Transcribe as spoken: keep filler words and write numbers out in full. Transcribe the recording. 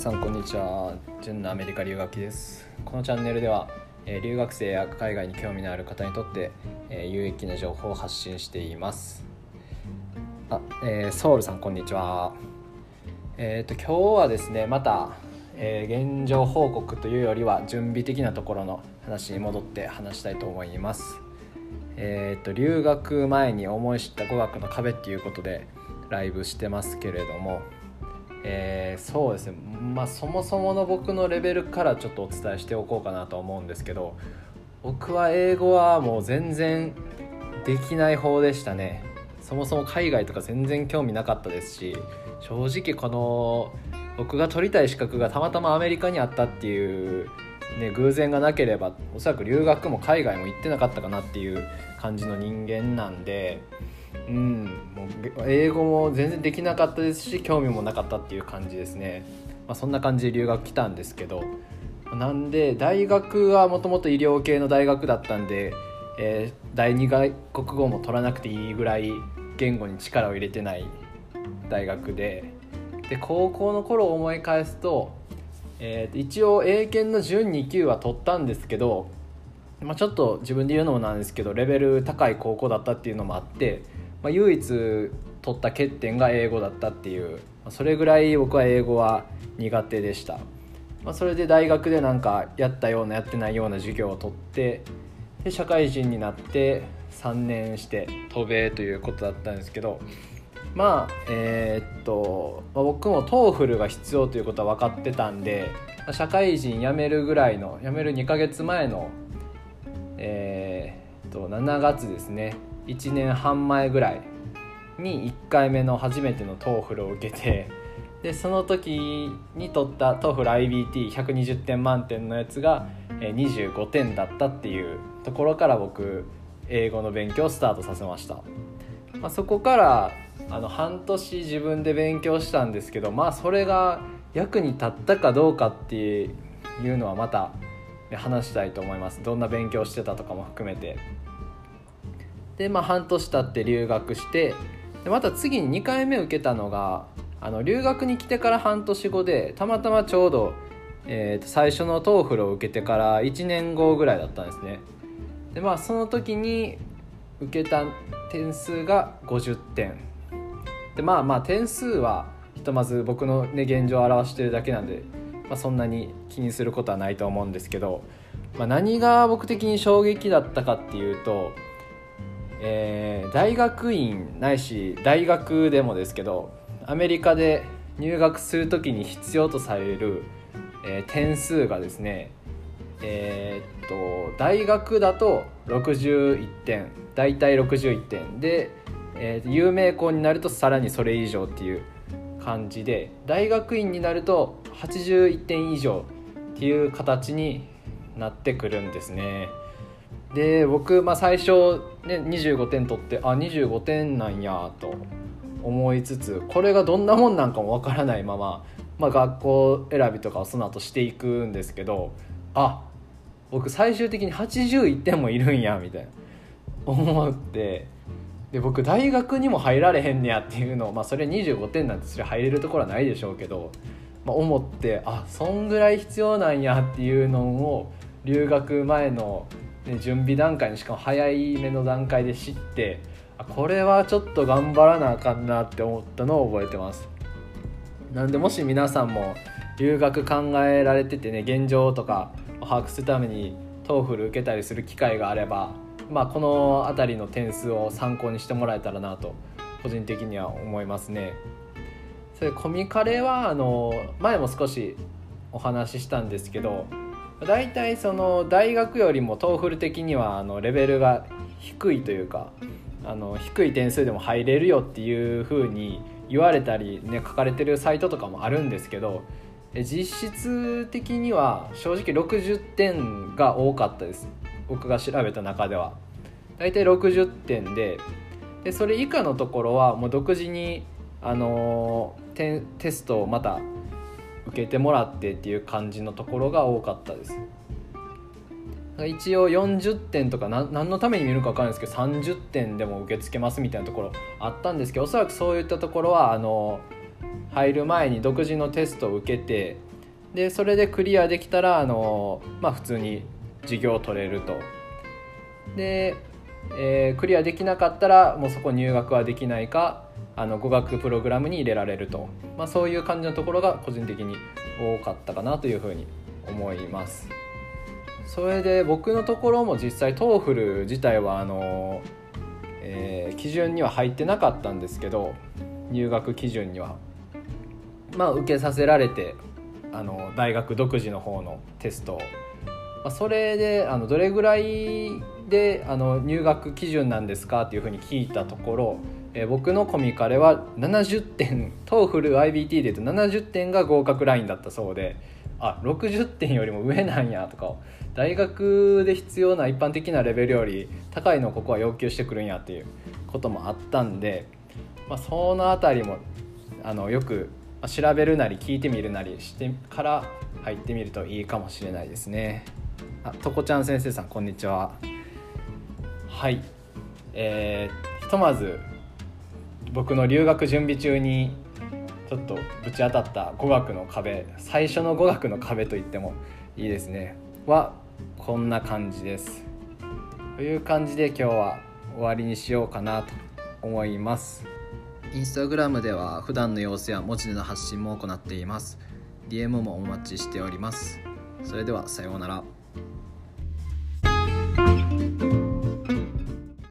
さんこんにちは。純のアメリカ留学期です。このチャンネルでは、えー、留学生や海外に興味のある方にとって、えー、有益な情報を発信しています。あ、えー、ソウルさんこんにちは。えーと今日はですねまた、えー、現状報告というよりは準備的なところの話に戻って話したいと思います。えーと留学前に思い知った語学の壁っていうことでライブしてますけれども、えー、そうですね、まあそもそもの僕のレベルからちょっとお伝えしておこうかなと思うんですけど、僕は英語はもう全然できない方でしたね。そもそも海外とか全然興味なかったですし、正直この僕が取りたい資格がたまたまアメリカにあったっていう、ね、偶然がなければおそらく留学も海外も行ってなかったかなっていう感じの人間なんで、うん、もう英語も全然できなかったですし興味もなかったっていう感じですね。まあ、そんな感じで留学来たんですけど、なんで大学はもともと医療系の大学だったんで、えー、第二外国語も取らなくていいぐらい言語に力を入れてない大学で、で高校の頃を思い返すと、えー、一応英検の準に級は取ったんですけど、まあ、ちょっと自分で言うのもなんですけどレベル高い高校だったっていうのもあって、まあ、唯一取った欠点が英語だったっていう、それぐらい僕は英語は苦手でした。まあ、それで大学でなんかやったようなやってないような授業を取って、で社会人になってさんねんして渡米ということだったんですけど、まあえー、っと、まあ、僕も トーフル が必要ということは分かってたんで、社会人辞めるぐらいの辞めるにかげつまえのえー、っとしちがつですね、いちねんはん前ぐらいにいっかいめの初めての トーフル を受けて、でその時に取った トーフル アイビーティーひゃくにじゅってん満点のやつがにじゅうごてんだったっていうところから僕英語の勉強をスタートさせました。まあ、そこからあの半年自分で勉強したんですけど、まあそれが役に立ったかどうかっていうのはまた話したいと思います。どんな勉強してたとかも含めて。でまあ半年経って留学して、でまた次ににかいめ受けたのがあの留学に来てから半年後で、たまたまちょうど、えー、と最初の トーフル を受けてからいちねんごぐらいだったんですね。でまあその時に受けた点数がごじゅってんで、まあまあ点数はひとまず僕の、ね、現状を表してるだけなんで、まあ、そんなに気にすることはないと思うんですけど、まあ、何が僕的に衝撃だったかっていうと、えー、大学院ないし大学でもですけど、アメリカで入学するときに必要とされる、えー、点数がですね、えー、っと大学だとろくじゅういってん、大体ろくじゅういってんで、えー、有名校になるとさらにそれ以上っていう感じで、大学院になるとはちじゅういってん以上っていう形になってくるんですね。で僕、まあ、最初、ね、にじゅうごてん取って、あにじゅうごてんなんやと思いつつ、これがどんなもんなんかもわからないまま、まあ、学校選びとかをその後していくんですけど、あ僕最終的にはちじゅういってんもいるんやみたいな思って、で僕大学にも入られへんねやっていうのを、まあ、それにじゅうごてんなんてそれ入れるところはないでしょうけど、まあ、思って、あそんぐらい必要なんやっていうのを留学前の、ね、準備段階にしかも早い目の段階で知って、あこれはちょっと頑張らなあかんなって思ったのを覚えてます。なんでもし皆さんも留学考えられててね、現状とかを把握するために トーフル 受けたりする機会があれば、まあ、この辺りの点数を参考にしてもらえたらなと個人的には思いますね。それコミカレはあの前も少しお話ししたんですけど、だいたいその大学よりも トーフル 的にはあのレベルが低いというか、あの低い点数でも入れるよっていう風に言われたり、ね、書かれてるサイトとかもあるんですけど、実質的には正直ろくじゅってんが多かったです。僕が調べた中ではだいたいろくじゅってんで、でそれ以下のところはもう独自に、あのー、テ, テストをまた受けてもらってっていう感じのところが多かったです。一応よんじゅってんとかな何のために見るか分からないですけどさんじゅってんでも受け付けますみたいなところあったんですけど、おそらくそういったところはあの入る前に独自のテストを受けて、 でそれでクリアできたらあの、まあ、普通に授業を取れると。で、えー、クリアできなかったらもうそこ入学はできないか、あの語学プログラムに入れられると、まあ、そういう感じのところが個人的に多かったかなというふうに思います。それで僕のところも実際 トーフル 自体はあの、えー、基準には入ってなかったんですけど、入学基準にはまあ受けさせられて、あの大学独自の方のテストを、まあ、それであのどれぐらいであの入学基準なんですかっていうふうに聞いたところ、えー、僕のコミカレはななじゅってん、 トーフル アイビーティー で言うとななじゅってんが合格ラインだったそうで、あろくじゅってんよりも上なんやとか、大学で必要な一般的なレベルより高いのをここは要求してくるんやっていうこともあったんで、まあ、そのあたりもあのよく調べるなり聞いてみるなりしてから入ってみるといいかもしれないですね。あ、とこちゃん先生さんこんにちは。はい、えー、ひとまず僕の留学準備中にちょっとぶち当たった語学の壁、最初の語学の壁と言ってもいいですねはこんな感じです。という感じで今日は終わりにしようかなと思います。インスタグラムでは普段の様子や文字での発信も行っています。ディーエム もお待ちしております。それではさようなら。